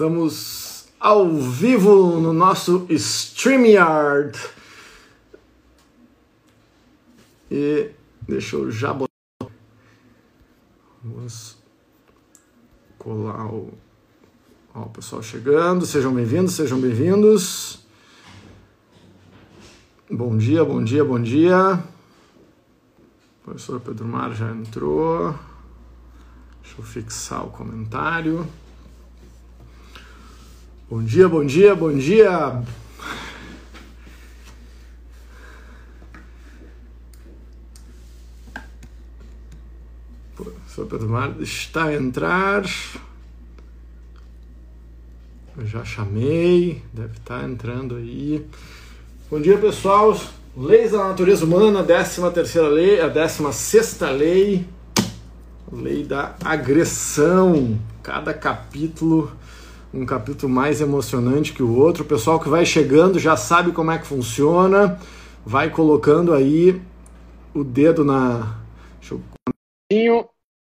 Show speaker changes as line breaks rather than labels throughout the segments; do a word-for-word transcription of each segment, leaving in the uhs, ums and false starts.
Estamos ao vivo no nosso StreamYard. E deixa eu já botar. Vamos colar o. Ó, o pessoal chegando. Sejam bem-vindos, sejam bem-vindos. Bom dia, bom dia, bom dia. O professor Pedro Mar já entrou. Deixa eu fixar o comentário. Bom dia, bom dia, bom dia. O professor Pedro Mar está a entrar. Eu já chamei, deve estar entrando aí. Bom dia, pessoal. Leis da natureza humana, décima terceira lei, a décima sexta lei, lei da agressão. Cada capítulo, um capítulo mais emocionante que o outro. O pessoal que vai chegando já sabe como é que funciona, vai colocando aí o dedo na... Deixa eu...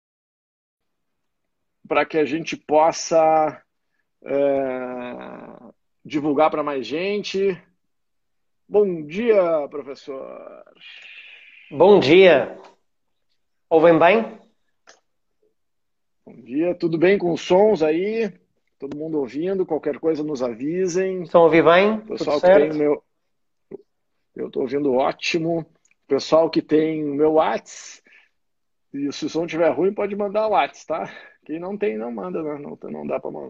para que a gente possa é... divulgar para mais gente. Bom dia, professor.
Bom dia. Ouvem bem?
Bom dia. Tudo bem com os sons aí? Todo mundo ouvindo? Qualquer coisa nos avisem.
Estão a ouvir bem?
O pessoal
Tudo
que
certo?
tem o meu... Eu estou ouvindo ótimo. O pessoal que tem o meu WhatsApp, e se o som estiver ruim, pode mandar o WhatsApp, tá? Quem não tem, não manda, né? Não, não dá para mandar.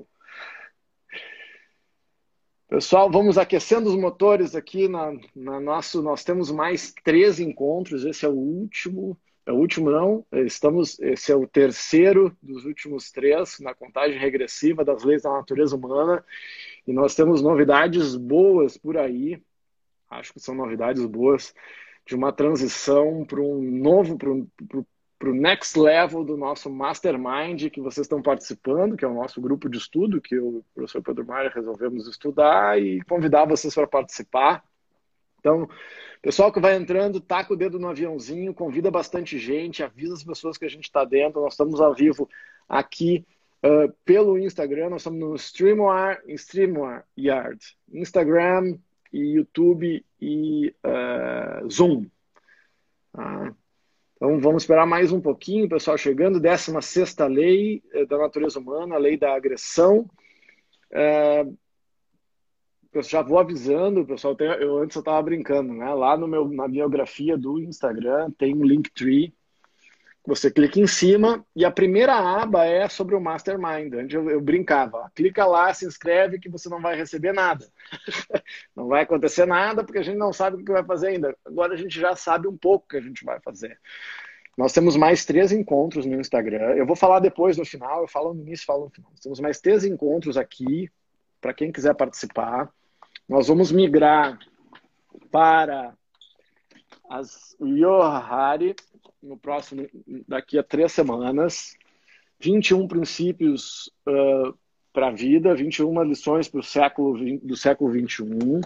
Pessoal, vamos aquecendo os motores aqui na, na nosso. Nós temos mais três encontros. Esse é o último. É o último, não. Estamos. Esse é o terceiro dos últimos três na contagem regressiva das leis da natureza humana. E nós temos novidades boas por aí. Acho que são novidades boas de uma transição para um novo, para um, para o next level do nosso mastermind que vocês estão participando, que é o nosso grupo de estudo, que eu e o professor Pedro Maia resolvemos estudar e convidar vocês para participar. Então, pessoal que vai entrando, taca o dedo no aviãozinho, convida bastante gente, avisa as pessoas que a gente está dentro. Nós estamos ao vivo aqui uh, pelo Instagram, nós estamos no StreamYard, StreamYard, Instagram e YouTube e uh, Zoom. Ah. Então vamos esperar mais um pouquinho, pessoal chegando. décima sexta lei da natureza humana, a lei da agressão. É, eu já vou avisando, pessoal, tem, eu antes eu estava brincando, né? Lá no meu, na biografia do Instagram tem um Linktree. Você clica em cima e a primeira aba é sobre o Mastermind. Antes eu, eu brincava, clica lá, se inscreve que você não vai receber nada. Não vai acontecer nada porque a gente não sabe o que vai fazer ainda. Agora a gente já sabe um pouco o que a gente vai fazer. Nós temos mais três encontros no Instagram. Eu vou falar depois no final, eu falo no início, falo no final. Nós temos mais três encontros aqui para quem quiser participar. Nós vamos migrar para as Yohari no próximo, daqui a três semanas. vinte e um princípios uh, para a vida, vinte e uma lições pro século, do século vinte e um.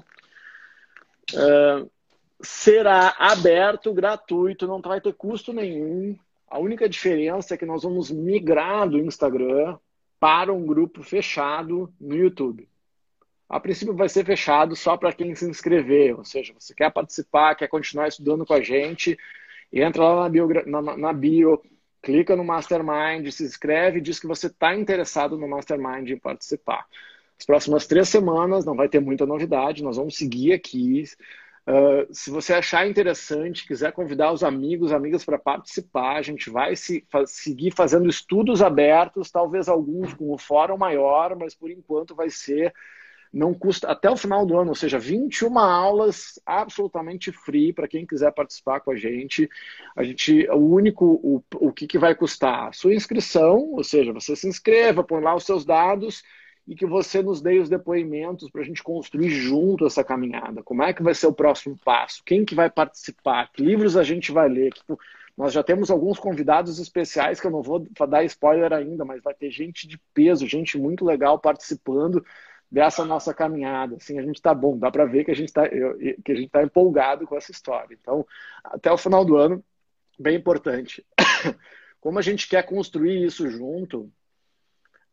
Uh, será aberto, gratuito, não vai ter custo nenhum. A única diferença é que nós vamos migrar do Instagram para um grupo fechado no YouTube. A princípio vai ser fechado só para quem se inscrever, ou seja, você quer participar, quer continuar estudando com a gente, entra lá na bio, na, na bio, clica no Mastermind, se inscreve, diz que você está interessado no Mastermind em participar. As próximas três semanas não vai ter muita novidade, nós vamos seguir aqui. Uh, se você achar interessante, quiser convidar os amigos, amigas para participar, a gente vai se, faz, seguir fazendo estudos abertos, talvez alguns com um fórum maior, mas por enquanto vai ser... Não custa até o final do ano, ou seja, vinte e uma aulas absolutamente free para quem quiser participar com a gente. A gente, o único, o, o que, que vai custar? A sua inscrição, ou seja, você se inscreva, põe lá os seus dados e que você nos dê os depoimentos para a gente construir junto essa caminhada. Como é que vai ser o próximo passo? Quem que vai participar? Que livros a gente vai ler? Que, nós já temos alguns convidados especiais que eu não vou dar spoiler ainda, mas vai ter gente de peso, gente muito legal participando dessa nossa caminhada. Assim, a gente está bom, dá para ver que a gente está que a gente tá empolgado com essa história. Então, até o final do ano, bem importante. Como a gente quer construir isso junto,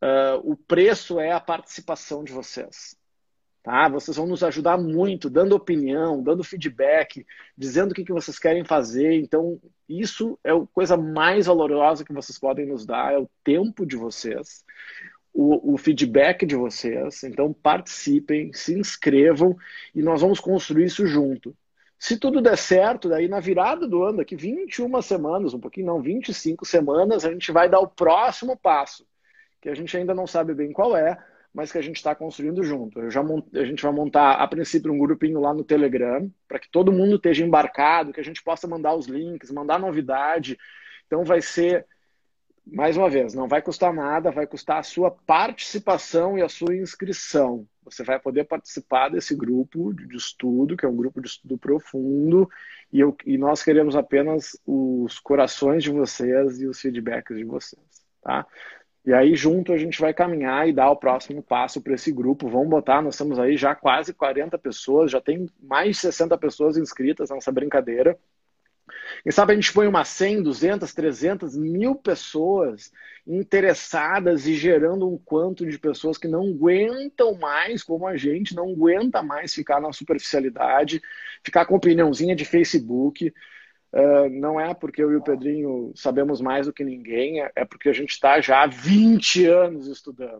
uh, o preço é a participação de vocês. Tá? Vocês vão nos ajudar muito, dando opinião, dando feedback, dizendo o que, que vocês querem fazer. Então, isso é a coisa mais valorosa que vocês podem nos dar, é o tempo de vocês, o, o feedback de vocês. Então, participem, se inscrevam e nós vamos construir isso junto. Se tudo der certo, daí na virada do ano, daqui vinte e uma semanas, um pouquinho não, vinte e cinco semanas, a gente vai dar o próximo passo, que a gente ainda não sabe bem qual é, mas que a gente está construindo junto. Eu já mont... A gente vai montar, a princípio, um grupinho lá no Telegram, para que todo mundo esteja embarcado, que a gente possa mandar os links, mandar novidade. Então vai ser, mais uma vez, não vai custar nada, vai custar a sua participação e a sua inscrição. Você vai poder participar desse grupo de estudo, que é um grupo de estudo profundo, e, eu... e nós queremos apenas os corações de vocês e os feedbacks de vocês, tá? E aí, junto, a gente vai caminhar e dar o próximo passo para esse grupo. Vamos botar, nós estamos aí já quase quarenta pessoas, já tem mais de sessenta pessoas inscritas nessa brincadeira. Quem sabe a gente põe umas cem, duzentas, trezentas, mil pessoas interessadas e gerando um quanto de pessoas que não aguentam mais, como a gente, não aguenta mais ficar na superficialidade, ficar com opiniãozinha de Facebook. Uh, não é porque eu e o Pedrinho sabemos mais do que ninguém, é, é porque a gente está já há vinte anos estudando.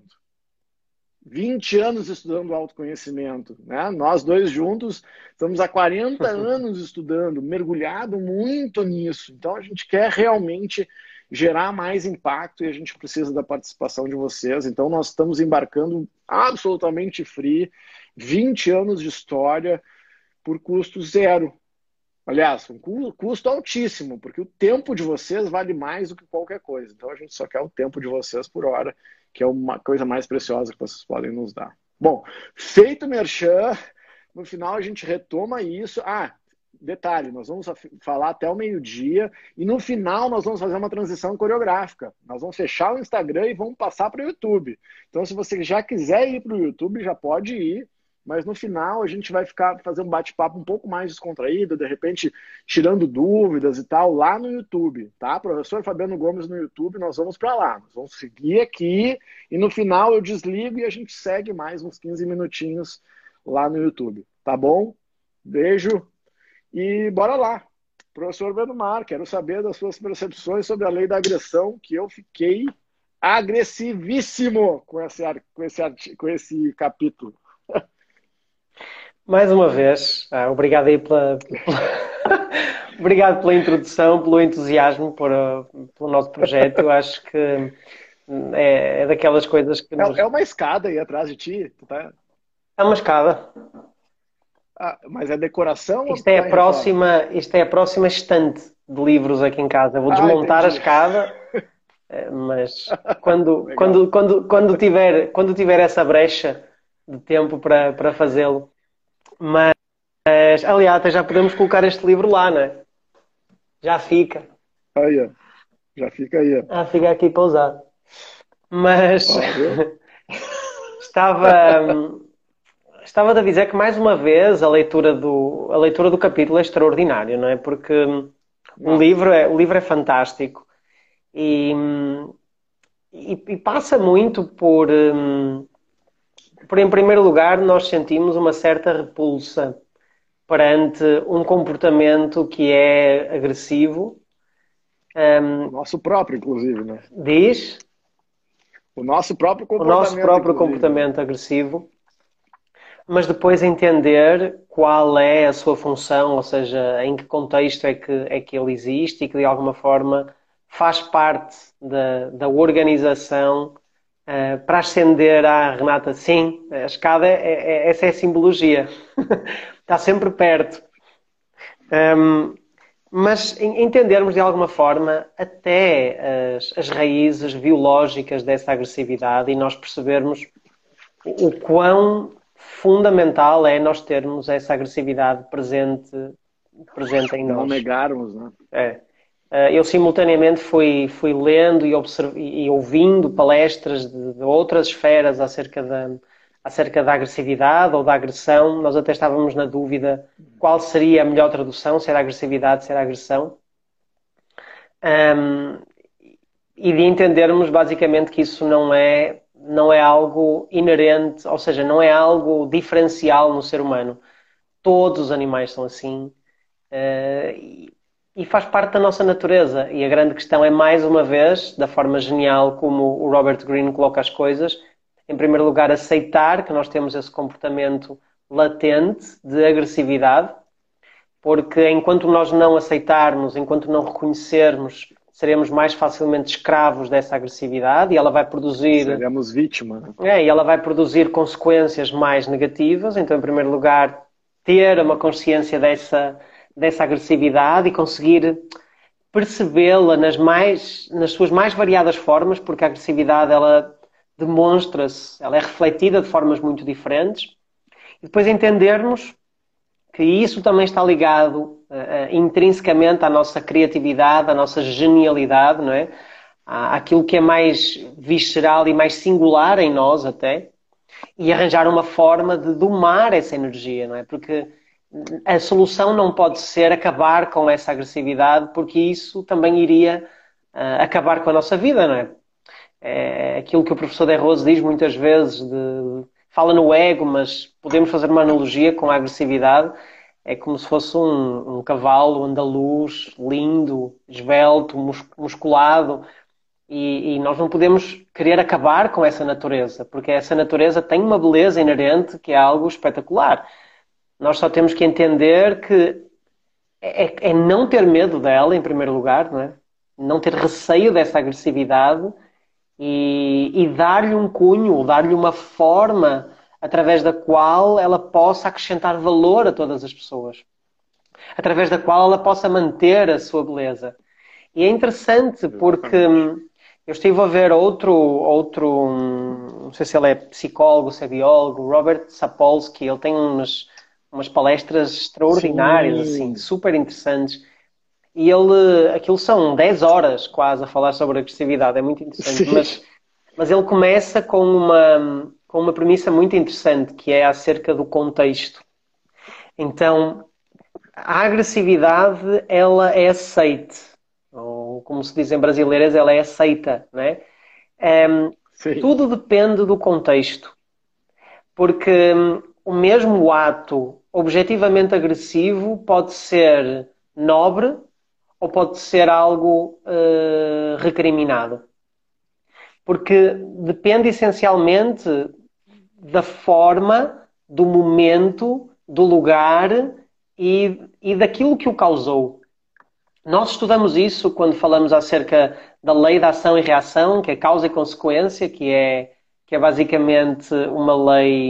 vinte anos estudando autoconhecimento, né? Nós dois juntos estamos há quarenta anos estudando, mergulhado muito nisso. Então a gente quer realmente gerar mais impacto e a gente precisa da participação de vocês. Então nós estamos embarcando absolutamente free, vinte anos de história por custo zero. Aliás, um custo altíssimo, porque o tempo de vocês vale mais do que qualquer coisa. Então a gente só quer o tempo de vocês por hora, que é uma coisa mais preciosa que vocês podem nos dar. Bom, feito o merchan, no final a gente retoma isso. Ah, detalhe, nós vamos falar até o meio-dia e no final nós vamos fazer uma transição coreográfica. Nós vamos fechar o Instagram e vamos passar para o YouTube. Então se você já quiser ir para o YouTube, já pode ir. Mas no final a gente vai ficar fazer um bate-papo um pouco mais descontraído, de repente tirando dúvidas e tal, lá no YouTube, tá? Professor Fabiano Gomes no YouTube, nós vamos para lá. Nós vamos seguir aqui e no final eu desligo e a gente segue mais uns quinze minutinhos lá no YouTube, tá bom? Beijo e bora lá. Professor Benomar, quero saber das suas percepções sobre a lei da agressão, que eu fiquei agressivíssimo com esse, com esse, com esse capítulo.
Mais uma vez, ah, obrigado aí pela, pela... obrigado pela introdução, pelo entusiasmo por, uh, pelo nosso projeto. Eu acho que é, é daquelas coisas que... Nos...
É, é uma escada aí atrás de ti? Tá...
É uma escada.
Ah, mas é decoração?
Isto é, a próxima, isto é a próxima estante de livros aqui em casa. Eu vou desmontar ah, a escada, mas quando, quando, quando, quando, tiver, quando tiver essa brecha de tempo para, para fazê-lo. Mas, aliás, até já podemos colocar este livro lá, não é? Já fica.
Aí, já fica aí.
Já fica aqui para usar. Mas estava, estava a dizer que, mais uma vez, a leitura do, a leitura do capítulo é extraordinária, não é? Porque o livro é, o livro é fantástico e, e, e passa muito por... Por, em primeiro lugar, nós sentimos uma certa repulsa perante um comportamento que é agressivo.
Um, o nosso próprio, inclusive, né?
Diz?
O nosso próprio comportamento.
O nosso próprio inclusive. comportamento agressivo. Mas depois entender qual é a sua função, ou seja, em que contexto é que, é que ele existe e que, de alguma forma, faz parte da, da organização. Uh, para ascender à Renata, sim, a escada, é, é, essa é a simbologia. Está sempre perto. Um, mas entendermos de alguma forma até as, as raízes biológicas dessa agressividade e nós percebermos o, o quão fundamental é nós termos essa agressividade presente, presente em nós.
Não negarmos, né?
É. Eu simultaneamente fui, fui lendo e, e ouvindo palestras de, de outras esferas acerca da, acerca da agressividade ou da agressão. Nós até estávamos na dúvida qual seria a melhor tradução, se era agressividade, se era agressão. Um, e de entendermos basicamente que isso não é, não é algo inerente, ou seja, não é algo diferencial no ser humano. Todos os animais são assim. Uh, e, e faz parte da nossa natureza. E a grande questão é, mais uma vez, da forma genial como o Robert Greene coloca as coisas, em primeiro lugar, aceitar que nós temos esse comportamento latente de agressividade, porque enquanto nós não aceitarmos, enquanto não reconhecermos, seremos mais facilmente escravos dessa agressividade e ela vai produzir...
Seremos vítimas. Né?
É, e ela vai produzir consequências mais negativas. Então, em primeiro lugar, ter uma consciência dessa, dessa agressividade e conseguir percebê-la nas, mais, nas suas mais variadas formas, porque a agressividade, ela demonstra-se, ela é refletida de formas muito diferentes. E depois entendermos que isso também está ligado uh, intrinsecamente à nossa criatividade, à nossa genialidade, não é? À, àquilo que é mais visceral e mais singular em nós até, e arranjar uma forma de domar essa energia, não é? Porque a solução não pode ser acabar com essa agressividade, porque isso também iria uh, acabar com a nossa vida, não é? É aquilo que o professor De Rose diz muitas vezes, de, fala no ego, mas podemos fazer uma analogia com a agressividade. É como se fosse um, um cavalo andaluz, lindo, esbelto, mus, musculado, e, e nós não podemos querer acabar com essa natureza, porque essa natureza tem uma beleza inerente que é algo espetacular. Nós só temos que entender que é, é não ter medo dela, em primeiro lugar, não é? Não ter receio dessa agressividade, e, e dar-lhe um cunho, dar-lhe uma forma através da qual ela possa acrescentar valor a todas as pessoas, através da qual ela possa manter a sua beleza. E é interessante porque eu estive a ver outro, outro, não sei se ele é psicólogo, se é biólogo, Robert Sapolsky. Ele tem umas, umas palestras extraordinárias,
Sim.
assim, super interessantes. E ele, aquilo são dez horas quase a falar sobre agressividade, é muito interessante. Mas, mas ele começa com uma, com uma premissa muito interessante, que é acerca do contexto. Então, a agressividade, ela é aceite. Ou, como se diz em brasileiras, ela é aceita, não é? Um, tudo depende do contexto. Porque um, o mesmo ato objetivamente agressivo pode ser nobre, ou pode ser algo uh, recriminado. Porque depende essencialmente da forma, do momento, do lugar e, e daquilo que o causou. Nós estudamos isso quando falamos acerca da lei da ação e reação, que é causa e consequência, que é, que é basicamente uma lei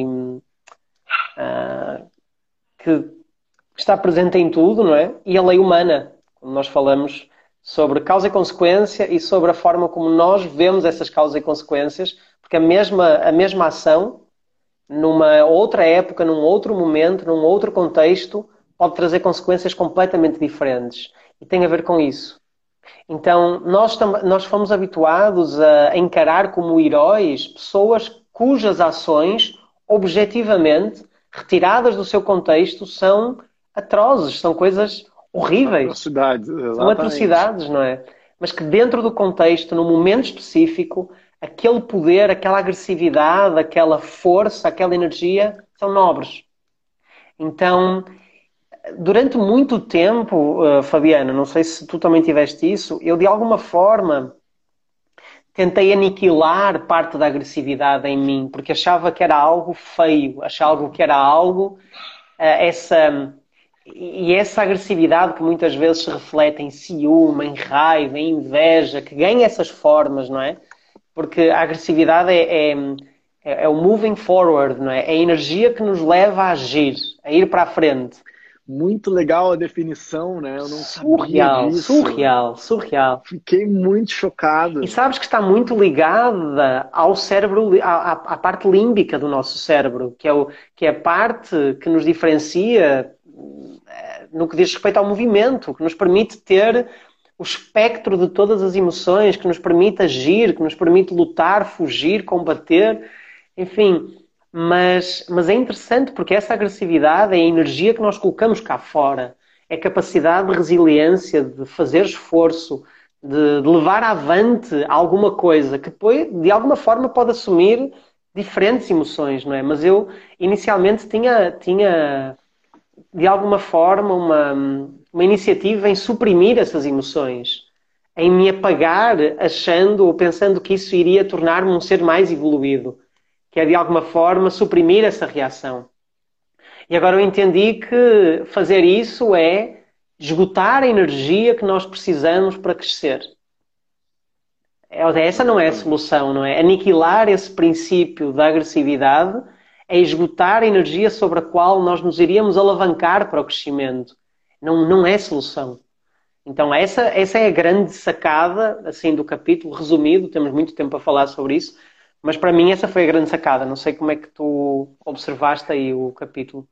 uh, que está presente em tudo, não é? E a lei humana, nós falamos sobre causa e consequência e sobre a forma como nós vemos essas causas e consequências, porque a mesma, a mesma ação, numa outra época, num outro momento, num outro contexto, pode trazer consequências completamente diferentes. E tem a ver com isso. Então, nós, nós fomos habituados a encarar como heróis pessoas cujas ações, objetivamente, retiradas do seu contexto, são atrozes, são coisas horríveis.
Atrocidades, exatamente.
São atrocidades, não é? Mas que dentro do contexto, no momento específico, aquele poder, aquela agressividade, aquela força, aquela energia, são nobres. Então, durante muito tempo, uh, Fabiana, não sei se tu também tiveste isso, eu de alguma forma tentei aniquilar parte da agressividade em mim, porque achava que era algo feio, achava que era algo, uh, essa... E essa agressividade que muitas vezes se reflete em ciúme, em raiva, em inveja, que ganha essas formas, não é? Porque a agressividade é, é, é o moving forward, não é? É a energia que nos leva a agir, a ir para a frente.
Muito legal a definição, né? Eu não
surreal,
sabia disso.
surreal, surreal.
Fiquei muito chocado.
E sabes que está muito ligada ao cérebro, à, à parte límbica do nosso cérebro, que é, o, que é a parte que nos diferencia no que diz respeito ao movimento, que nos permite ter o espectro de todas as emoções, que nos permite agir, que nos permite lutar, fugir, combater, enfim. Mas, mas é interessante porque essa agressividade é a energia que nós colocamos cá fora, é a capacidade de resiliência, de fazer esforço, de, de levar avante alguma coisa que depois, de alguma forma, pode assumir diferentes emoções, não é? Mas eu, inicialmente, tinha, tinha de alguma forma, uma, uma iniciativa em suprimir essas emoções, em me apagar, achando ou pensando que isso iria tornar-me um ser mais evoluído, que é, de alguma forma, suprimir essa reação. E agora eu entendi que fazer isso é esgotar a energia que nós precisamos para crescer. Essa não é a
Exatamente.
solução, não é? Aniquilar esse princípio da agressividade é esgotar a energia sobre a qual nós nos iríamos alavancar para o crescimento. Não, não é solução. Então essa, essa é a grande sacada assim, do capítulo, resumido, temos muito tempo a falar sobre isso, mas para mim essa foi a grande sacada. Não sei como é que tu observaste aí o capítulo.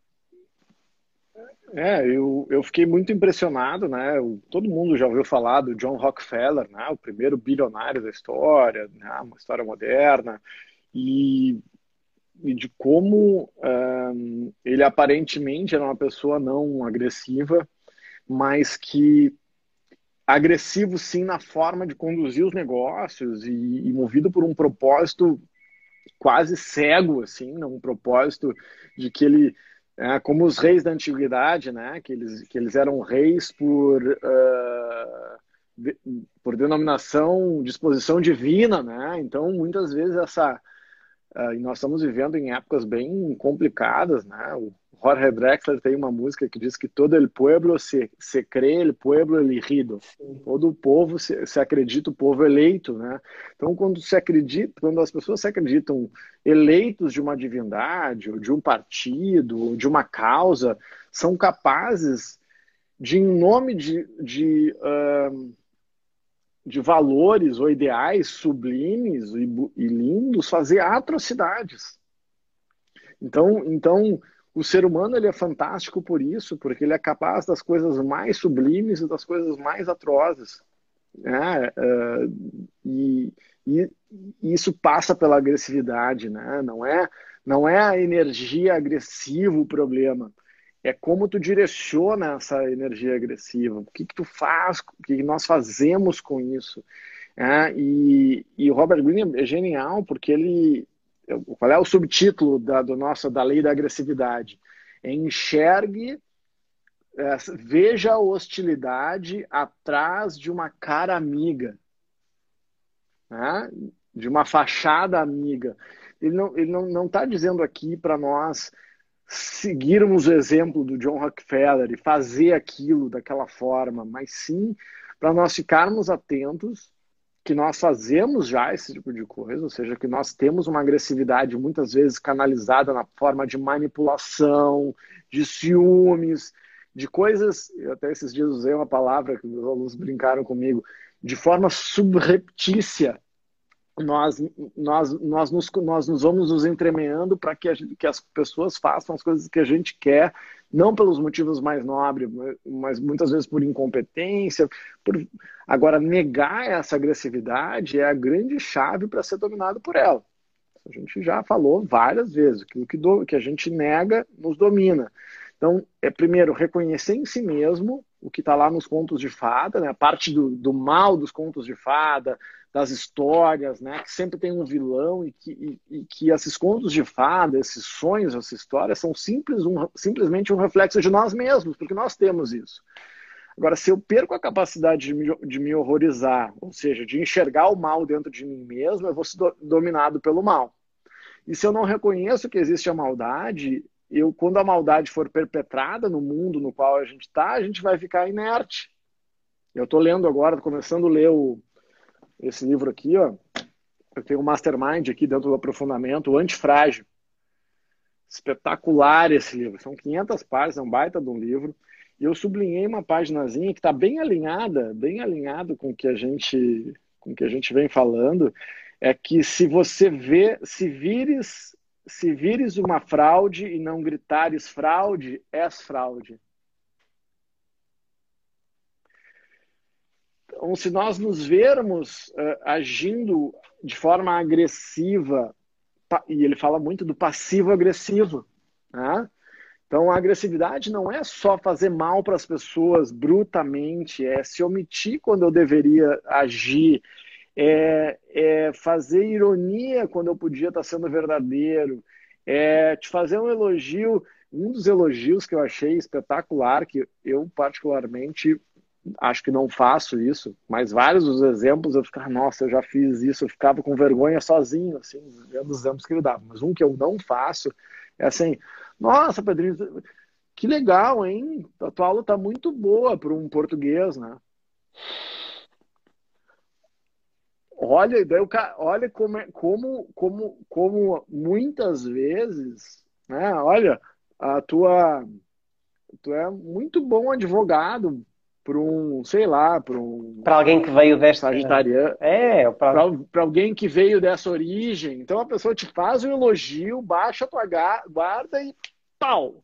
É, eu, eu fiquei muito impressionado, né? O- todo mundo já ouviu falar do John Rockefeller, né? O primeiro bilionário da história, né? Uma história moderna, e, e de como ahn, ele aparentemente era uma pessoa não agressiva, mas que agressivo sim na forma de conduzir os negócios e, e movido por um propósito quase cego, assim, né? Um propósito de que ele, é, como os reis da antiguidade, né, que eles, que eles eram reis por, uh, de, por denominação, disposição divina, né, então muitas vezes essa, uh, e nós estamos vivendo em épocas bem complicadas, né, o Jorge Drexler tem uma música que diz que todo el pueblo se, se cree el pueblo elegido.
Sim.
Todo o povo se, se acredita o povo eleito, né? Então, quando se acredita, quando as pessoas se acreditam eleitos de uma divindade, ou de um partido, ou de uma causa, são capazes de, em nome de, de, uh, de valores ou ideais sublimes e, e lindos, fazer atrocidades. Então, então, o ser humano ele é fantástico por isso, porque ele é capaz das coisas mais sublimes e das coisas mais atrozes, né? Uh, e, e, e isso passa pela agressividade, né? Não é, não é a energia agressiva o problema, é como tu direciona essa energia agressiva, o que que tu faz, o que nós fazemos com isso. É, e, e o Robert Greene é genial porque ele, qual é o subtítulo da, do nosso, da lei da agressividade? É enxergue, é, veja a hostilidade atrás de uma cara amiga, né? De uma fachada amiga. Ele não está ele não, não tá dizendo aqui para nós seguirmos o exemplo do John Rockefeller e fazer aquilo daquela forma, mas sim para nós ficarmos atentos que nós fazemos já esse tipo de coisa, ou seja, que nós temos uma agressividade muitas vezes canalizada na forma de manipulação, de ciúmes, de coisas, eu até esses dias usei uma palavra que os alunos brincaram comigo, de forma subreptícia, nós, nós, nós, nos, nós nos vamos nos entremeando para que, que as pessoas façam as coisas que a gente quer, não pelos motivos mais nobres, mas muitas vezes por incompetência. Por... Agora, negar essa agressividade é a grande chave para ser dominado por ela. A gente já falou várias vezes que o que, do, que a gente nega nos domina. Então, é primeiro reconhecer em si mesmo o que está lá nos contos de fada, né? A parte do, do mal dos contos de fada, das histórias, né? Que sempre tem um vilão e que, e, e que esses contos de fada, esses sonhos, essas histórias são simples, um, simplesmente um reflexo de nós mesmos, porque nós temos isso. Agora, se eu perco a capacidade de me, de me horrorizar, ou seja, de enxergar o mal dentro de mim mesmo, eu vou ser do, dominado pelo mal. E se eu não reconheço que existe a maldade, eu, quando a maldade for perpetrada no mundo no qual a gente está, a gente vai ficar inerte. Eu estou lendo agora, começando a ler o, esse livro aqui, ó. Eu tenho um mastermind aqui dentro do aprofundamento, o Antifrágil. Espetacular esse livro. São quinhentas páginas, é um baita de um livro. E eu sublinhei uma paginazinha que está bem alinhada, bem alinhado com o que a gente, com o que a gente vem falando, é que se você vê, se vires, se vires uma fraude e não gritares fraude, és fraude. Então, se nós nos vermos uh, agindo de forma agressiva, e ele fala muito do passivo-agressivo, né? Então, a agressividade não é só fazer mal para as pessoas brutamente, é se omitir quando eu deveria agir, é, é fazer ironia quando eu podia estar sendo verdadeiro, é te fazer um elogio. Um dos elogios que eu achei espetacular, que eu particularmente acho que não faço isso, mas vários dos exemplos eu ficava, nossa, eu já fiz isso, eu ficava com vergonha sozinho, assim, vendo os exemplos que ele dava. Mas um que eu não faço é assim, nossa, Pedrinho, que legal, hein? A tua aula tá muito boa para um português, né? Olha, daí o cara, olha como, é, como, como, como muitas vezes, né? Olha, a tua, tu é muito bom advogado para um, sei lá, para um
Para alguém que veio desta.
sagitariano,
É, para...
para alguém que veio dessa origem. Então a pessoa te faz um elogio, baixa a tua guarda e pau!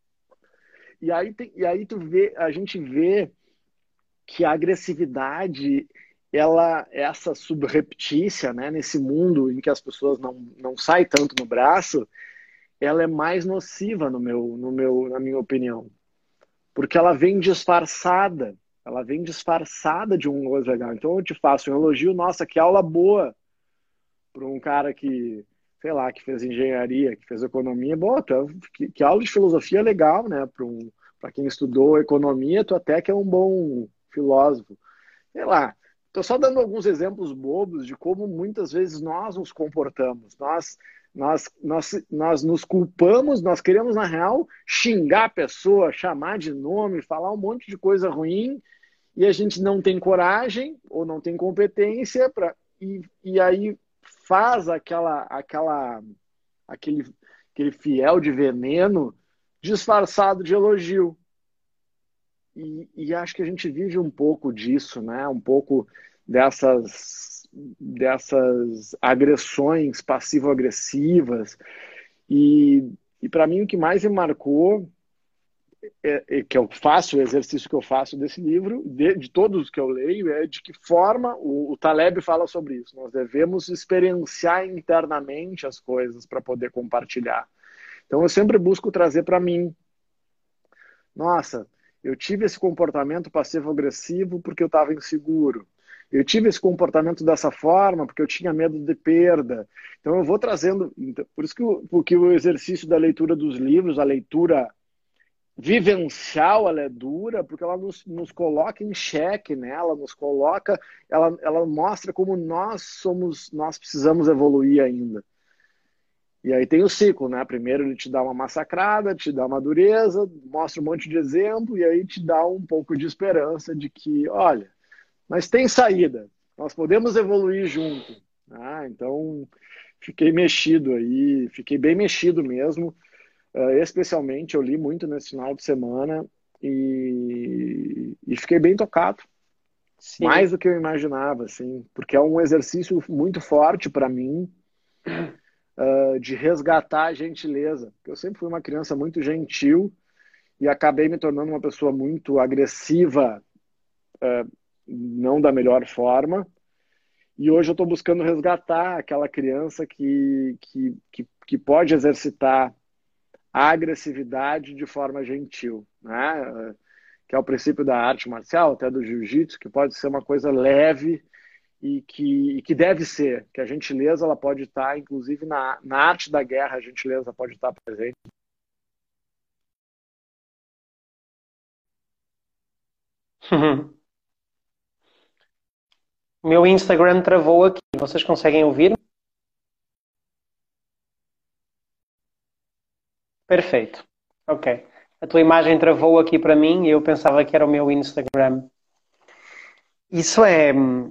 E aí, tem, e aí tu vê, a gente vê que a agressividade, ela, essa subreptícia, né, nesse mundo em que as pessoas não, não saem tanto no braço, ela é mais nociva no meu, no meu, na minha opinião. Porque ela vem disfarçada. Ela vem disfarçada de um coisa legal. Então eu te faço um elogio, nossa, que aula boa para um cara que, sei lá, que fez engenharia, que fez economia. Boa, tu, que, que aula de filosofia legal, né? Para um, para quem estudou economia, tu até que é um bom filósofo. Sei lá, estou só dando alguns exemplos bobos de como muitas vezes nós nos comportamos. Nós, nós, nós, nós nos culpamos, nós queremos, na real, xingar a pessoa, chamar de nome, falar um monte de coisa ruim, e a gente não tem coragem ou não tem competência para e, e aí faz aquela, aquela, aquele, aquele fiel de veneno disfarçado de elogio. E, e acho que a gente vive um pouco disso, né? Um pouco dessas, dessas agressões passivo-agressivas. E, e para mim o que mais me marcou, é, é, que eu faço, o exercício que eu faço desse livro, de, de todos que eu leio, é de que forma, o, o Taleb fala sobre isso, nós devemos experienciar internamente as coisas para poder compartilhar. Então eu sempre busco trazer para mim. Nossa, eu tive esse comportamento passivo-agressivo porque eu estava inseguro. Eu tive esse comportamento dessa forma porque eu tinha medo de perda. Então eu vou trazendo... Por isso que o, porque o exercício da leitura dos livros, a leitura vivencial, ela é dura, porque ela nos, nos coloca em xeque, né? Ela nos coloca... Ela, ela mostra como nós somos... Nós precisamos evoluir ainda. E aí tem o ciclo, né? Primeiro ele te dá uma massacrada, te dá uma dureza, mostra um monte de exemplo e aí te dá um pouco de esperança de que, olha, mas tem saída, nós podemos evoluir junto. Ah, então fiquei mexido aí, fiquei bem mexido mesmo. Uh, especialmente eu li muito nesse final de semana e, e fiquei bem tocado,
Sim.
mais do que eu imaginava, assim, porque é um exercício muito forte para mim. Uh, de resgatar a gentileza. Eu sempre fui uma criança muito gentil e acabei me tornando uma pessoa muito agressiva, uh, não da melhor forma. E hoje eu estou buscando resgatar aquela criança que, que, que, que pode exercitar a agressividade de forma gentil, né? Uh, que é o princípio da arte marcial, até do jiu-jitsu, que pode ser uma coisa leve e que, e que deve ser, que a gentileza ela pode estar, inclusive na, na arte da guerra, a gentileza pode estar presente.
O meu Instagram travou aqui. Vocês conseguem ouvir? Perfeito. Ok. A tua imagem travou aqui para mim e eu pensava que era o meu Instagram. Isso é.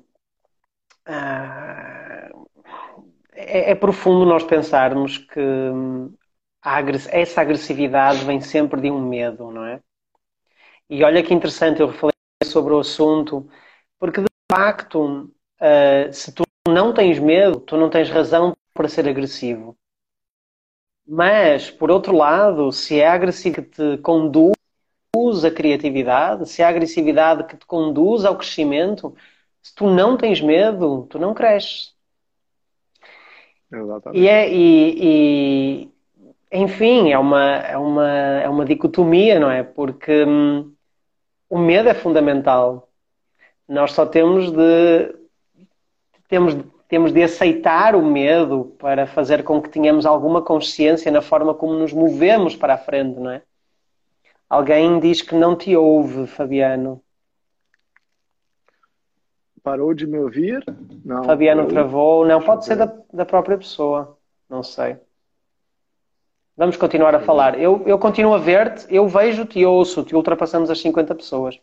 ah, é, é profundo nós pensarmos que hum, a agress- essa agressividade vem sempre de um medo, não é? E olha que interessante eu refletir sobre o assunto, porque de facto, ah, se tu não tens medo, tu não tens razão para ser agressivo. Mas, por outro lado, se é a agressividade que te conduz à criatividade, se é a agressividade que te conduz ao crescimento, se tu não tens medo, tu não cresces. E,
Exatamente.
é, e, enfim, é uma, é uma, é uma dicotomia, não é? Porque hum, o medo é fundamental. Nós só temos de, temos, temos de aceitar o medo para fazer com que tenhamos alguma consciência na forma como nos movemos para a frente, não é? Alguém diz que não te ouve, Fabiano.
Parou de me ouvir? Não,
Fabiano
eu?
travou. Não,
Deixa eu
pode ser da,
ver.
da própria pessoa. Não sei. Vamos continuar a
Deixa eu ver.
falar. Eu, eu continuo a ver-te, eu vejo-te e ouço-te. Ultrapassamos as cinquenta pessoas.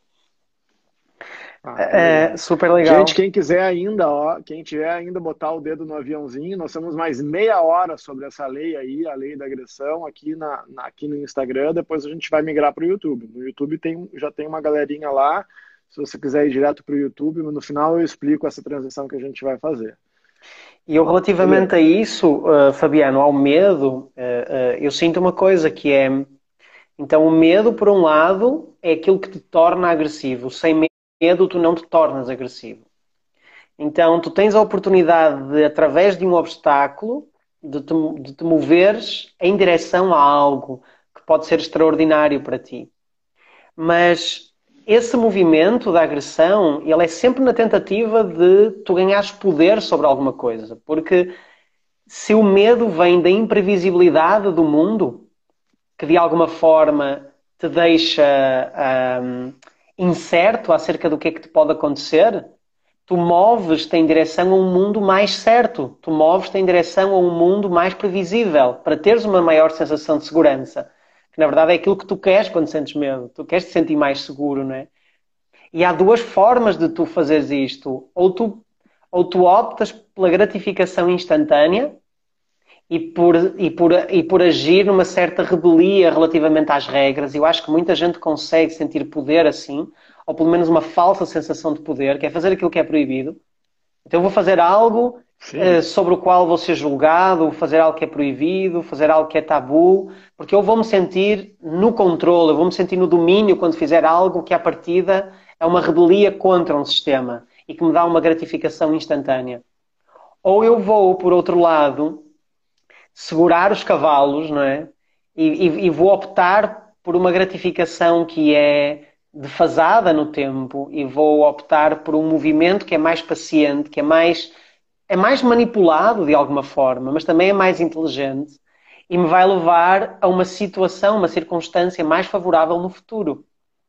Ah, que
É,
legal.
é super
Gente,
legal.
quem quiser ainda, ó, quem tiver ainda botar o dedo no aviãozinho, nós temos mais meia hora sobre essa lei aí, a lei da agressão, aqui, na, na- aqui no Instagram. Depois a gente vai migrar para o YouTube. No YouTube tem, já tem uma galerinha lá. Se você quiser ir direto para o YouTube, no final eu explico essa transição que a gente vai fazer.
E eu, relativamente
Beleza?
a isso, uh, Fabiano, ao medo, uh, uh, eu sinto uma coisa que é. Então, o medo, por um lado, é aquilo que te torna agressivo. Sem medo, tu não te tornas agressivo. Então, tu tens a oportunidade de, através de um obstáculo, de te, de te moveres em direção a algo que pode ser extraordinário para ti. Mas esse movimento da agressão, ele é sempre na tentativa de tu ganhares poder sobre alguma coisa. Porque se o medo vem da imprevisibilidade do mundo, que de alguma forma te deixa hum, incerto acerca do que é que te pode acontecer, tu moves-te em direção a um mundo mais certo, tu moves-te em direção a um mundo mais previsível, para teres uma maior sensação de segurança. Que na verdade é aquilo que tu queres quando sentes medo. Tu queres te sentir mais seguro, não é? E há duas formas de tu fazeres isto. Ou tu, ou tu optas pela gratificação instantânea e por, e, por, e por agir numa certa rebelia relativamente às regras. Eu acho que muita gente consegue sentir poder assim, ou pelo menos uma falsa sensação de poder, que é fazer aquilo que é proibido. Então eu vou fazer algo uh,
Sim.
sobre o qual vou ser julgado, fazer algo que é proibido, fazer algo que é tabu, porque eu vou me sentir no controle, eu vou me sentir no domínio quando fizer algo que à partida é uma rebelia contra um sistema e que me dá uma gratificação instantânea. Ou eu vou, por outro lado, segurar os cavalos, não é? E, e, e vou optar por uma gratificação que é defasada no tempo e vou optar por um movimento que é mais paciente, que é mais, é mais manipulado de alguma forma, mas também é mais inteligente e me vai levar a uma situação, uma circunstância mais favorável no futuro.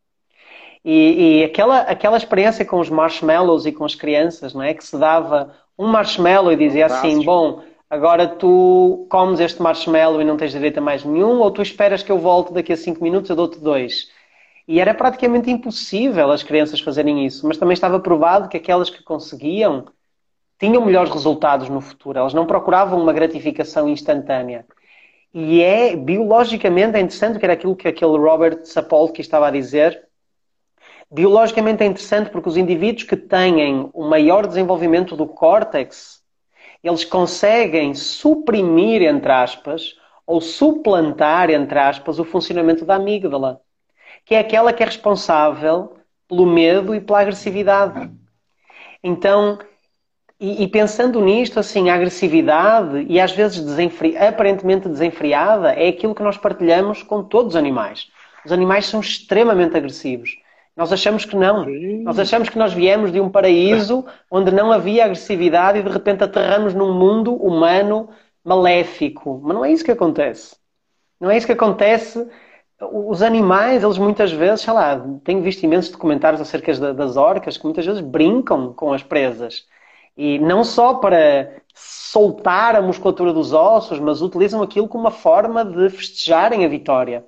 E, e aquela, aquela experiência com os marshmallows e com as crianças, não é? Que se dava um marshmallow e dizia assim,
Fantástico.
bom, agora tu comes este marshmallow e não tens direito a mais nenhum, ou tu esperas que eu volte daqui a cinco minutos, eu dou-te dois. E era praticamente impossível as crianças fazerem isso, mas também estava provado que aquelas que conseguiam tinham melhores resultados no futuro. Elas não procuravam uma gratificação instantânea. E é, biologicamente, é interessante, que era aquilo que aquele Robert Sapolsky estava a dizer. Biologicamente é interessante porque os indivíduos que têm o maior desenvolvimento do córtex, eles conseguem suprimir, entre aspas, ou suplantar, entre aspas, o funcionamento da amígdala, que é aquela que é responsável pelo medo e pela agressividade. Então, e, e pensando nisto, assim, a agressividade e às vezes desenfre... aparentemente desenfreada é aquilo que nós partilhamos com todos os animais. Os animais são extremamente agressivos. Nós achamos que não. Nós
Sim.
achamos que nós viemos de um paraíso onde não havia agressividade e de repente aterramos num mundo humano maléfico. Mas não é isso que acontece. Não é isso que acontece. Os animais, eles muitas vezes, sei lá, tenho visto imensos documentários acerca das orcas que muitas vezes brincam com as presas. E não só para soltar a musculatura dos ossos, mas utilizam aquilo como uma forma de festejarem a vitória.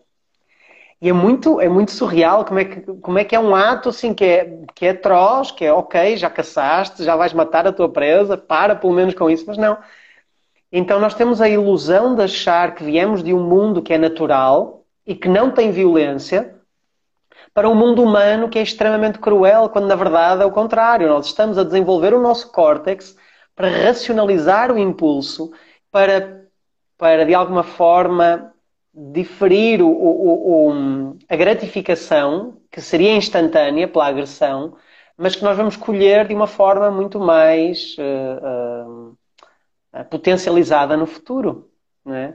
E é muito, é muito surreal como é, que, como é que é um ato assim que é, que é atroz, que é ok, já caçaste, já vais matar a tua presa, para pelo menos com isso, mas não. Então nós temos a ilusão de achar que viemos de um mundo que é natural e que não tem violência para um mundo humano que é extremamente cruel, quando na verdade é o contrário. Nós estamos a desenvolver o nosso córtex para racionalizar o impulso, para, para de alguma forma diferir o, o, o, a gratificação, que seria instantânea pela agressão, mas que nós vamos colher de uma forma muito mais uh, uh, potencializada no futuro, não é?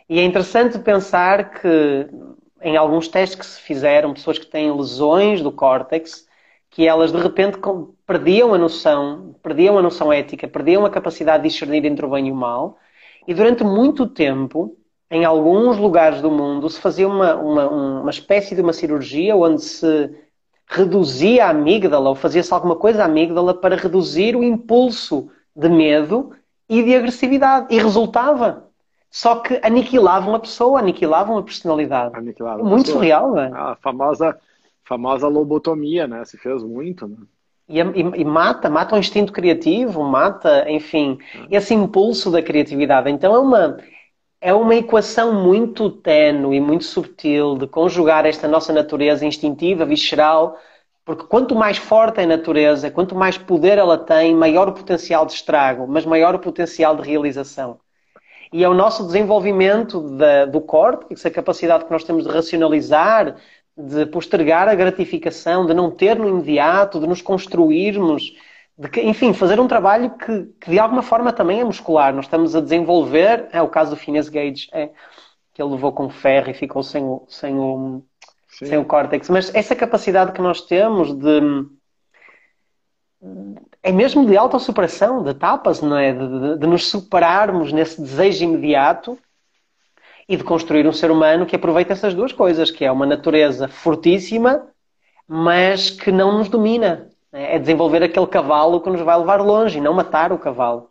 E é interessante pensar que em alguns testes que se fizeram, pessoas que têm lesões do córtex, que elas de repente perdiam a noção, perdiam a noção ética, perdiam a capacidade de discernir entre o bem e o mal, e durante muito tempo, em alguns lugares do mundo, se fazia uma, uma, uma espécie de uma cirurgia onde se reduzia a amígdala, ou fazia-se alguma coisa à amígdala para reduzir o impulso de medo e de agressividade. E resultava. Só que aniquilavam a pessoa, aniquilavam a personalidade.
Aniquilada
É
a
muito
pessoa.
surreal, não é?
A famosa, famosa lobotomia, né? Se fez muito, né?
E, e, e mata, mata o instinto criativo, mata, enfim, esse impulso da criatividade. Então é uma, é uma equação muito ténue, muito subtil de conjugar esta nossa natureza instintiva, visceral, porque quanto mais forte é a natureza, quanto mais poder ela tem, maior o potencial de estrago, mas maior o potencial de realização. E é o nosso desenvolvimento da, do córtex, a capacidade que nós temos de racionalizar, de postergar a gratificação, de não ter no imediato, de nos construirmos, de que, enfim, fazer um trabalho que, que de alguma forma também é muscular. Nós estamos a desenvolver, é o caso do Phineas Gage, é, que ele levou com ferro e ficou sem o, sem o, sem o
Sim.
córtex. Mas essa capacidade que nós temos de... é mesmo de autossuperação, de etapas, não é? De, de, de nos superarmos nesse desejo imediato e de construir um ser humano que aproveita essas duas coisas, que é uma natureza fortíssima, mas que não nos domina. É desenvolver aquele cavalo que nos vai levar longe e não matar o cavalo.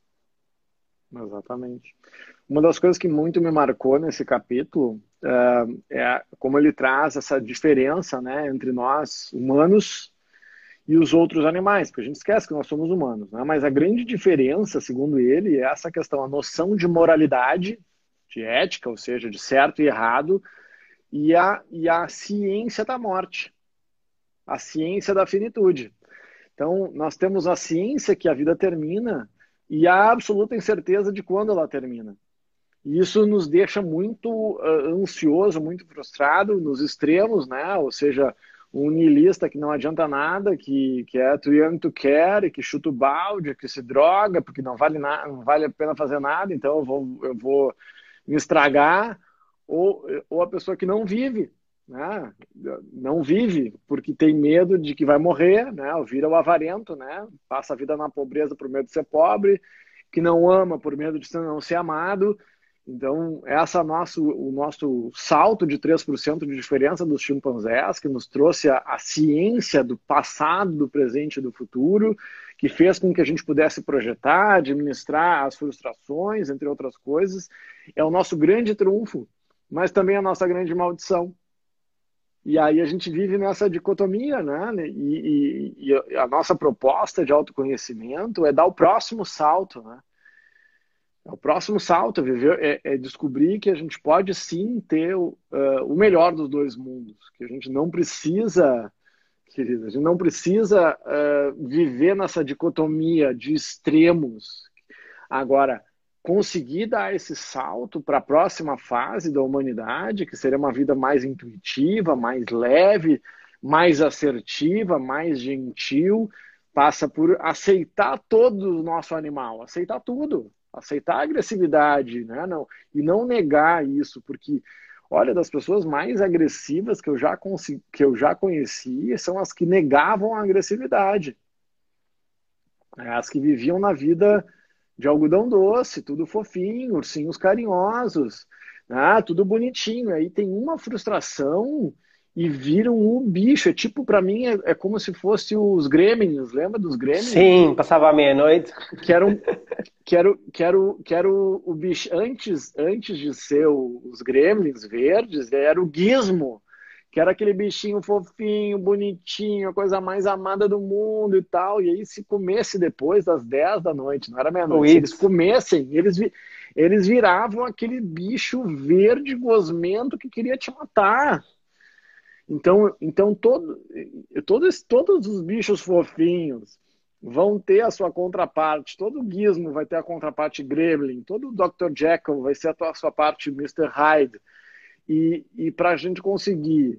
Exatamente. Uma das coisas que muito me marcou nesse capítulo uh, é como ele traz essa diferença, né, entre nós humanos e os outros animais, porque a gente esquece que nós somos humanos, né? Mas a grande diferença, segundo ele, é essa questão, a noção de moralidade, de ética, ou seja, de certo e errado, e a, e a ciência da morte, a ciência da finitude. Então, nós temos a ciência que a vida termina e a absoluta incerteza de quando ela termina. E isso nos deixa muito uh, ansioso, muito frustrado nos extremos, né? Ou seja, um niilista que não adianta nada, que, que é too young to care, que chuta o balde, que se droga, porque não vale, na, não vale a pena fazer nada, então eu vou, eu vou me estragar, ou, ou a pessoa que não vive, né? Não vive porque tem medo de que vai morrer, né? Vira o avarento, né? Passa a vida na pobreza por medo de ser pobre, que não ama por medo de não ser amado. Então, essa nosso, o nosso salto de três por cento de diferença dos chimpanzés, que nos trouxe a, a ciência do passado, do presente e do futuro, que fez com que a gente pudesse projetar, administrar as frustrações, entre outras coisas, é o nosso grande trunfo, mas também a nossa grande maldição. E aí a gente vive nessa dicotomia, né? E, e, e a nossa proposta de autoconhecimento é dar o próximo salto, né? É o próximo salto, viver, é, é descobrir que a gente pode sim ter o, uh, o melhor dos dois mundos, que a gente não precisa, querida, a gente não precisa uh, viver nessa dicotomia de extremos. Agora, conseguir dar esse salto para a próxima fase da humanidade, que seria uma vida mais intuitiva, mais leve, mais assertiva, mais gentil, passa por aceitar todo o nosso animal, aceitar tudo. Aceitar a agressividade, né? Não, e não negar isso, porque, olha, das pessoas mais agressivas que eu já, que eu já conheci são as que negavam a agressividade. As que viviam na vida de algodão doce, tudo fofinho, ursinhos carinhosos, né? Tudo bonitinho. Aí tem uma frustração e viram o bicho. É tipo, para mim, é, é como se fosse os Gremlins, lembra dos Gremlins?
Sim, passava a meia-noite.
Que era um, que era, que era, que era o, o bicho, antes, antes de ser o, os Gremlins verdes, era o Gizmo, que era aquele bichinho fofinho, bonitinho, a coisa mais amada do mundo e tal. E aí, se comesse depois das dez da noite, não era meia-noite, se eles comessem, eles, eles viravam aquele bicho verde gosmento que queria te matar. Então, então todo, todos, todos os bichos fofinhos vão ter a sua contraparte. Todo Gizmo vai ter a contraparte Gremlin. Todo doutor Jekyll vai ser a sua parte mister Hyde. E, e para a gente conseguir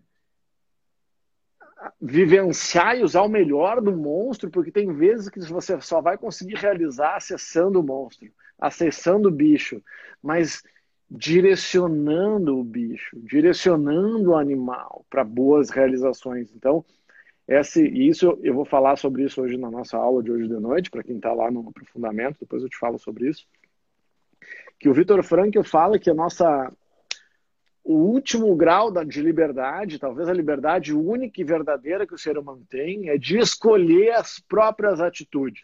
vivenciar e usar o melhor do monstro, porque tem vezes que você só vai conseguir realizar acessando o monstro, acessando o bicho. Mas direcionando o bicho, direcionando o animal para boas realizações. Então, esse, isso eu vou falar sobre isso hoje na nossa aula de hoje de noite, para quem está lá no aprofundamento, depois eu te falo sobre isso. Que o Viktor Frankl fala que a nossa, o último grau da, de liberdade, talvez a liberdade única e verdadeira que o ser humano tem, é de escolher as próprias atitudes.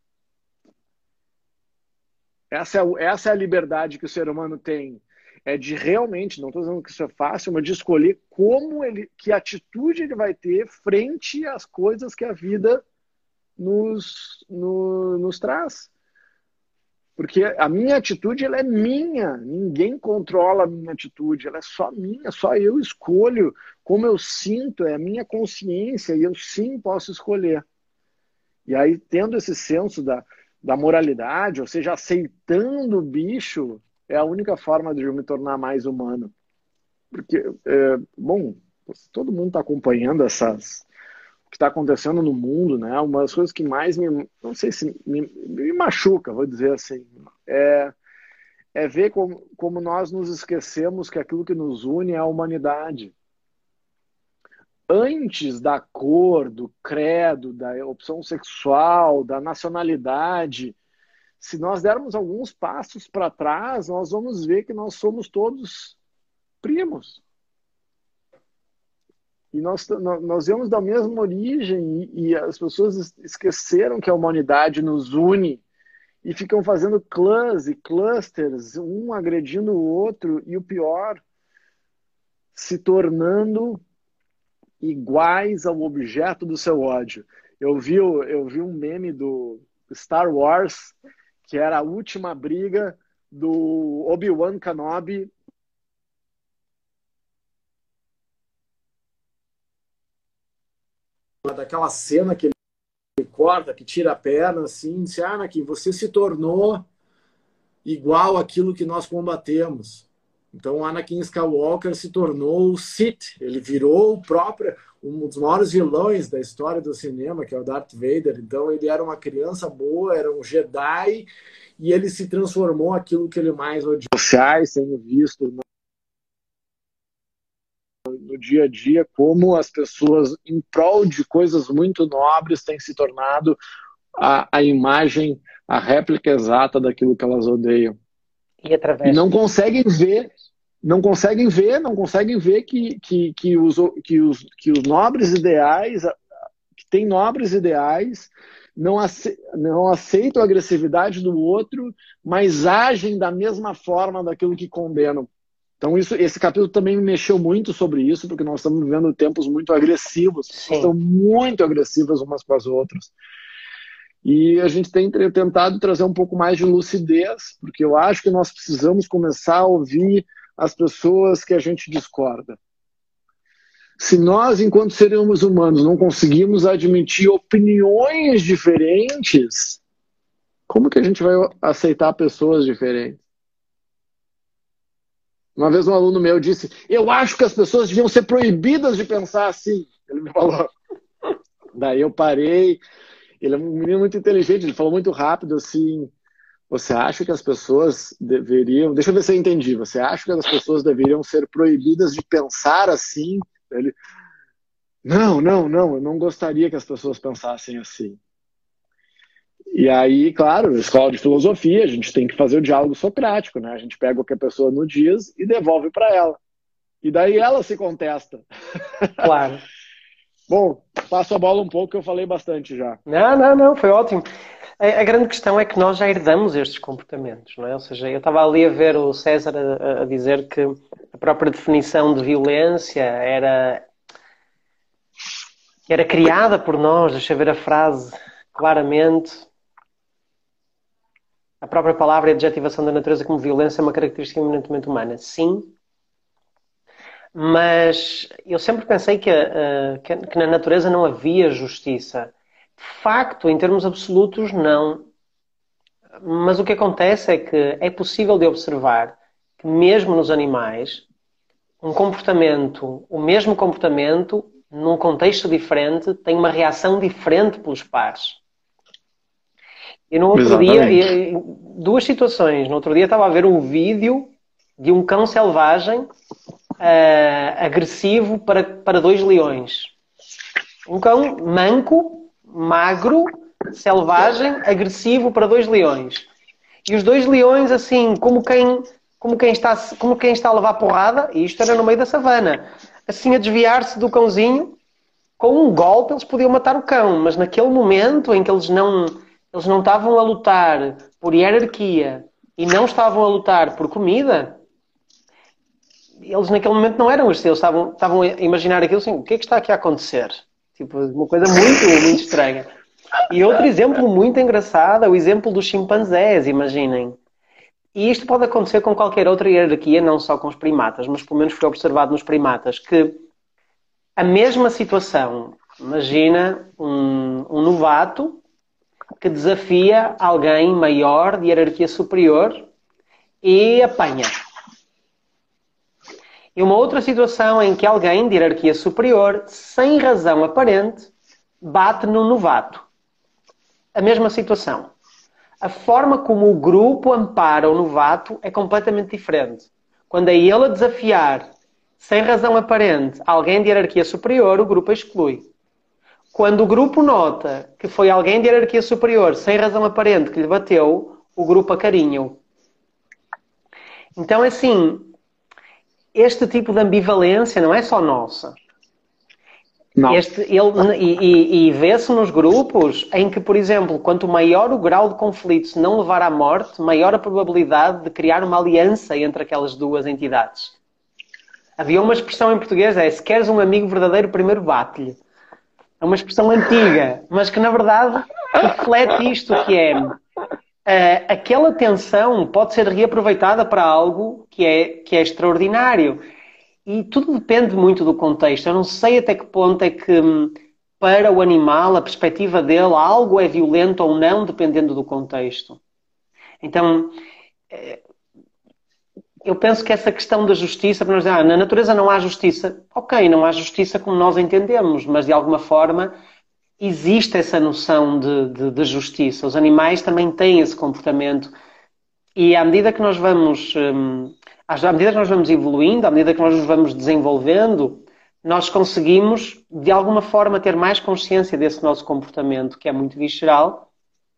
Essa é, essa é a liberdade que o ser humano tem. É de realmente, não estou dizendo que isso é fácil, mas de escolher como ele, que atitude ele vai ter frente às coisas que a vida nos, no, nos traz. Porque a minha atitude, ela é minha. Ninguém controla a minha atitude. Ela é só minha. Só eu escolho como eu sinto. É a minha consciência. E eu sim posso escolher. E aí, tendo esse senso da, da moralidade, ou seja, aceitando o bicho, é a única forma de eu me tornar mais humano. Porque, é, bom, todo mundo está acompanhando essas... o que está acontecendo no mundo, né? Uma das coisas que mais me, não sei se me, me machuca, vou dizer assim, é, é ver como, como nós nos esquecemos que aquilo que nos une é a humanidade. Antes da cor, do credo, da opção sexual, da nacionalidade, se nós dermos alguns passos para trás, nós vamos ver que nós somos todos primos. E nós, nós viemos da mesma origem e, e as pessoas esqueceram que a humanidade nos une e ficam fazendo clãs e clusters, um agredindo o outro e o pior, se tornando iguais ao objeto do seu ódio. Eu vi, eu vi um meme do Star Wars, que era a última briga do Obi-Wan Kenobi daquela cena que ele corta, que tira a perna, assim, disse, ah, Anakin, você se tornou igual àquilo que nós combatemos. Então, Anakin Skywalker se tornou o Sith, ele virou o próprio, um dos maiores vilões da história do cinema, que é o Darth Vader. Então, ele era uma criança boa, era um Jedi, e ele se transformou aquilo que ele mais odiou. Sociais, sendo visto no dia a dia, como as pessoas, em prol de coisas muito nobres, têm se tornado a, a imagem, a réplica exata daquilo que elas odeiam.
E, através...
e não conseguem ver, não conseguem ver, não conseguem ver que, que, que, os, que, os, que os nobres ideais, que têm nobres ideais, não, ace, não aceitam a agressividade do outro, mas agem da mesma forma daquilo que condenam. Então, isso, esse capítulo também me mexeu muito sobre isso, porque nós estamos vivendo tempos muito agressivos, estão muito agressivas umas com as outras. E a gente tem tentado trazer um pouco mais de lucidez, porque eu acho que nós precisamos começar a ouvir as pessoas que a gente discorda. Se nós, enquanto seres humanos, não conseguimos admitir opiniões diferentes, como que a gente vai aceitar pessoas diferentes? Uma vez um aluno meu disse, eu acho que as pessoas deviam ser proibidas de pensar assim. Ele me falou. Daí eu parei. Ele é um menino muito inteligente, ele falou muito rápido assim, você acha que as pessoas deveriam... Deixa eu ver se eu entendi. Você acha que as pessoas deveriam ser proibidas de pensar assim? Ele, não, não, não, eu não gostaria que as pessoas pensassem assim. E aí, claro, na escola de filosofia, a gente tem que fazer o diálogo socrático, né? A gente pega o que a pessoa nos diz e devolve para ela. E daí ela se contesta.
Claro.
Bom, passo a bola um pouco, que eu falei bastante já.
Não, não, não, foi ótimo. A, a grande questão é que nós já herdamos estes comportamentos, não é? Ou seja, eu estava ali a ver o César a, a dizer que a própria definição de violência era, era criada por nós, deixa eu ver a frase claramente. A própria palavra e adjetivação da natureza como violência é uma característica eminentemente humana. Sim. Mas eu sempre pensei que, uh, que, que na natureza não havia justiça. De facto, em termos absolutos, não. Mas o que acontece é que é possível de observar que mesmo nos animais, um comportamento, o mesmo comportamento, num contexto diferente, tem uma reação diferente pelos pares. E no outro Exatamente. dia, duas situações. No outro dia estava a ver um vídeo de um cão selvagem uh, agressivo para, para dois leões. Um cão manco, magro, selvagem, agressivo para dois leões. E os dois leões, assim, como quem, como quem, está, como quem está a levar porrada, e isto era no meio da savana, assim a desviar-se do cãozinho, com um golpe eles podiam matar o cão, mas naquele momento em que eles não, eles não estavam a lutar por hierarquia e não estavam a lutar por comida, eles naquele momento não eram os seus, estavam, estavam a imaginar aquilo assim, o que é que está aqui a acontecer? Tipo, uma coisa muito, muito estranha. E outro exemplo muito engraçado é o exemplo dos chimpanzés, imaginem. E isto pode acontecer com qualquer outra hierarquia, não só com os primatas, mas pelo menos foi observado nos primatas, que a mesma situação, imagina um, um novato que desafia alguém maior, de hierarquia superior, e apanha. E uma outra situação em que alguém de hierarquia superior, sem razão aparente, bate no novato. A mesma situação. A forma como o grupo ampara o novato é completamente diferente. Quando é ele a desafiar, sem razão aparente, alguém de hierarquia superior, o grupo exclui. Quando o grupo nota que foi alguém de hierarquia superior, sem razão aparente, que lhe bateu, o grupo acarinha-o. Então, assim, este tipo de ambivalência não é só nossa.
Não.
Este, ele, e e, e vê-se nos grupos em que, por exemplo, quanto maior o grau de conflito se não levar à morte, maior a probabilidade de criar uma aliança entre aquelas duas entidades. Havia uma expressão em português, é: se queres um amigo verdadeiro, primeiro bate-lhe. É uma expressão antiga, mas que na verdade reflete isto, que é uh, aquela tensão pode ser reaproveitada para algo que é, que é extraordinário. E tudo depende muito do contexto. Eu não sei até que ponto é que, para o animal, a perspectiva dele, algo é violento ou não, dependendo do contexto. Então, eu penso que essa questão da justiça, para nós dizer, ah, na natureza não há justiça. Ok, não há justiça como nós entendemos, mas de alguma forma existe essa noção de, de, de justiça. Os animais também têm esse comportamento. E à medida que nós vamos... Hum, À medida que nós vamos evoluindo, à medida que nós nos vamos desenvolvendo, nós conseguimos, de alguma forma, ter mais consciência desse nosso comportamento, que é muito visceral,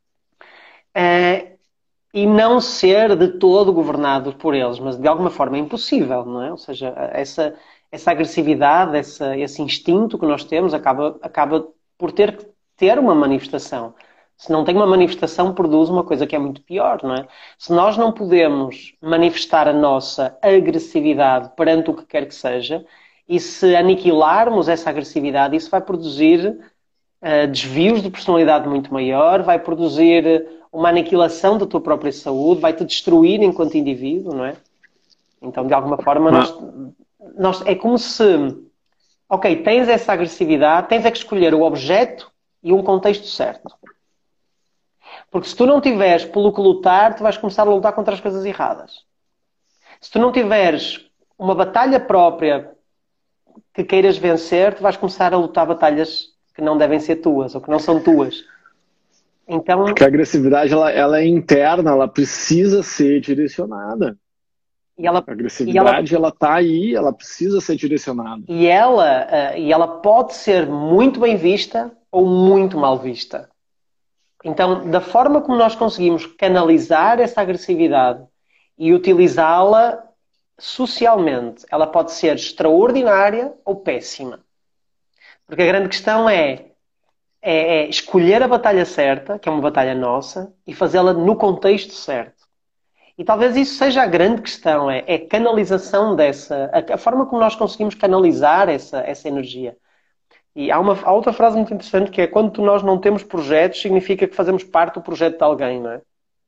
e não ser de todo governado por eles, mas de alguma forma é impossível, não é? Ou seja, essa, essa agressividade, essa, esse instinto que nós temos acaba, acaba por ter que ter uma manifestação. Se não tem uma manifestação, produz uma coisa que é muito pior, não é? Se nós não podemos manifestar a nossa agressividade perante o que quer que seja, e se aniquilarmos essa agressividade, isso vai produzir uh, desvios de personalidade muito maior, vai produzir uma aniquilação da tua própria saúde, vai-te destruir enquanto indivíduo, não é? Então, de alguma forma, nós, nós, é como se... Ok, tens essa agressividade, tens é que escolher o objeto e um contexto certo. Porque se tu não tiveres pelo que lutar, tu vais começar a lutar contra as coisas erradas. Se tu não tiveres uma batalha própria que queiras vencer, tu vais começar a lutar batalhas que não devem ser tuas, ou que não são tuas. Então...
Porque a agressividade ela, ela é interna, ela precisa ser direcionada.
E ela,
a agressividade,
e ela,
ela tá aí, ela precisa ser direcionada.
E ela, uh, e ela pode ser muito bem vista ou muito mal vista. Então, da forma como nós conseguimos canalizar essa agressividade e utilizá-la socialmente, ela pode ser extraordinária ou péssima. Porque a grande questão é, é, é escolher a batalha certa, que é uma batalha nossa, e fazê-la no contexto certo. E talvez isso seja a grande questão, é, é a canalização dessa, a, a forma como nós conseguimos canalizar essa, essa energia. E há, uma, há outra frase muito interessante que é: quando nós não temos projetos, significa que fazemos parte do projeto de alguém, não é?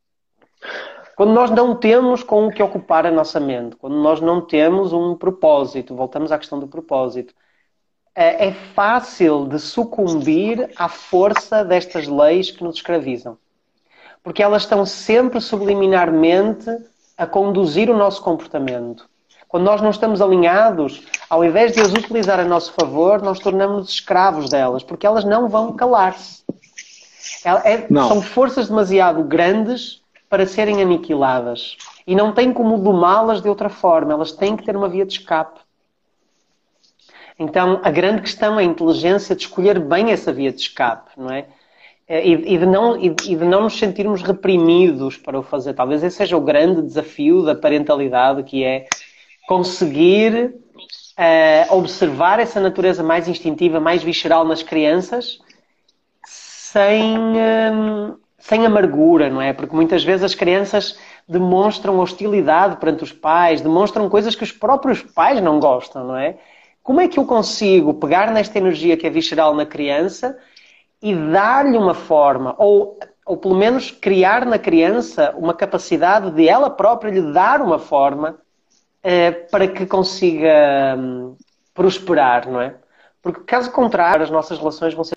Quando nós não temos com o que ocupar a nossa mente, quando nós não temos um propósito, voltamos à questão do propósito, é, é fácil de sucumbir à força destas leis que nos escravizam. Porque elas estão sempre subliminarmente a conduzir o nosso comportamento. Quando nós não estamos alinhados, ao invés de as utilizar a nosso favor, nós tornamos-nos escravos delas, porque elas não vão calar-se. É, são forças demasiado grandes para serem aniquiladas. E não tem como domá-las de outra forma. Elas têm que ter uma via de escape. Então, a grande questão é a inteligência de escolher bem essa via de escape, não é? E, e, de não, e, e de não nos sentirmos reprimidos para o fazer. Talvez esse seja o grande desafio da parentalidade, que é conseguir uh, observar essa natureza mais instintiva, mais visceral nas crianças, sem, um, sem amargura, não é? Porque muitas vezes as crianças demonstram hostilidade perante os pais, demonstram coisas que os próprios pais não gostam, não é? Como é que eu consigo pegar nesta energia que é visceral na criança e dar-lhe uma forma, ou, ou pelo menos criar na criança uma capacidade de ela própria lhe dar uma forma eh, para que consiga hum, prosperar, não é? Porque caso contrário, as nossas relações vão ser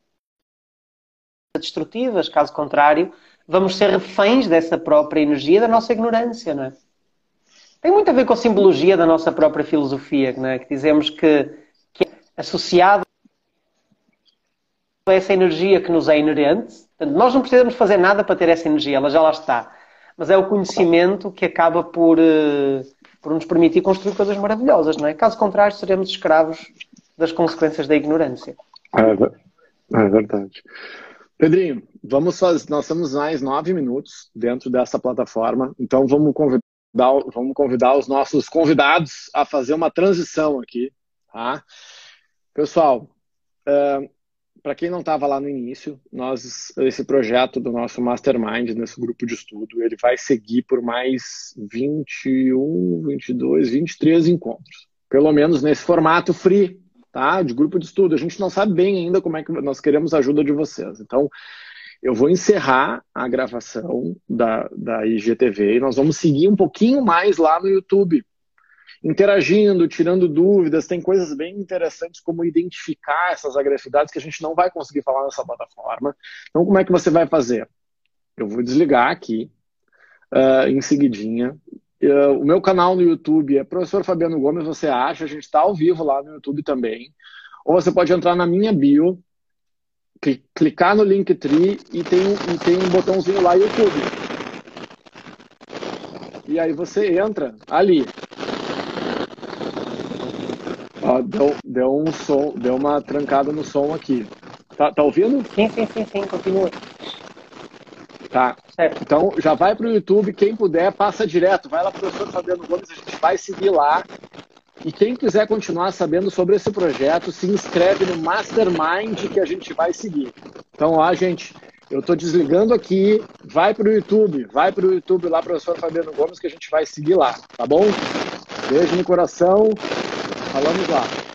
destrutivas, caso contrário, vamos ser reféns dessa própria energia, da nossa ignorância, não é? Tem muito a ver com a simbologia da nossa própria filosofia, não é? Que dizemos que, que é associado a essa energia que nos é inerente. Portanto, nós não precisamos fazer nada para ter essa energia, ela já lá está. Mas é o conhecimento que acaba por, uh, por nos permitir construir coisas maravilhosas, não é? Caso contrário, seremos escravos das consequências da ignorância.
É, é verdade. Pedrinho, vamos fazer, nós temos mais nove minutos dentro dessa plataforma, então vamos convidar, vamos convidar os nossos convidados a fazer uma transição aqui, tá? Pessoal, uh, para quem não estava lá no início, nós, esse projeto do nosso Mastermind, nesse grupo de estudo, ele vai seguir por mais vinte e um, vinte e dois, vinte e três encontros, pelo menos nesse formato free, tá? De grupo de estudo. A gente não sabe bem ainda como é que nós queremos a ajuda de vocês. Então, eu vou encerrar a gravação da, da I G T V e nós vamos seguir um pouquinho mais lá no YouTube, interagindo, tirando dúvidas. Tem coisas bem interessantes como identificar essas agressividades que a gente não vai conseguir falar nessa plataforma. Então, como é que você vai fazer? Eu vou desligar aqui, uh, em seguidinha. Uh, o meu canal no YouTube é Professor Fabiano Gomes, você acha, a gente está ao vivo lá no YouTube também. Ou você pode entrar na minha bio, clicar no Linktree e tem, e tem um botãozinho lá, YouTube. E aí você entra ali. Ó, deu, deu um som, deu uma trancada no som aqui. Tá, tá ouvindo?
Sim, sim, sim, sim, continua.
Tá. Certo. Então já vai pro YouTube, quem puder, passa direto. Vai lá pro Professor Fabiano Gomes, a gente vai seguir lá. E quem quiser continuar sabendo sobre esse projeto, se inscreve no Mastermind que a gente vai seguir. Então, ó, gente, eu tô desligando aqui, vai pro YouTube, vai pro YouTube lá, Professor Fabiano Gomes, que a gente vai seguir lá, tá bom? Beijo no coração, falamos lá.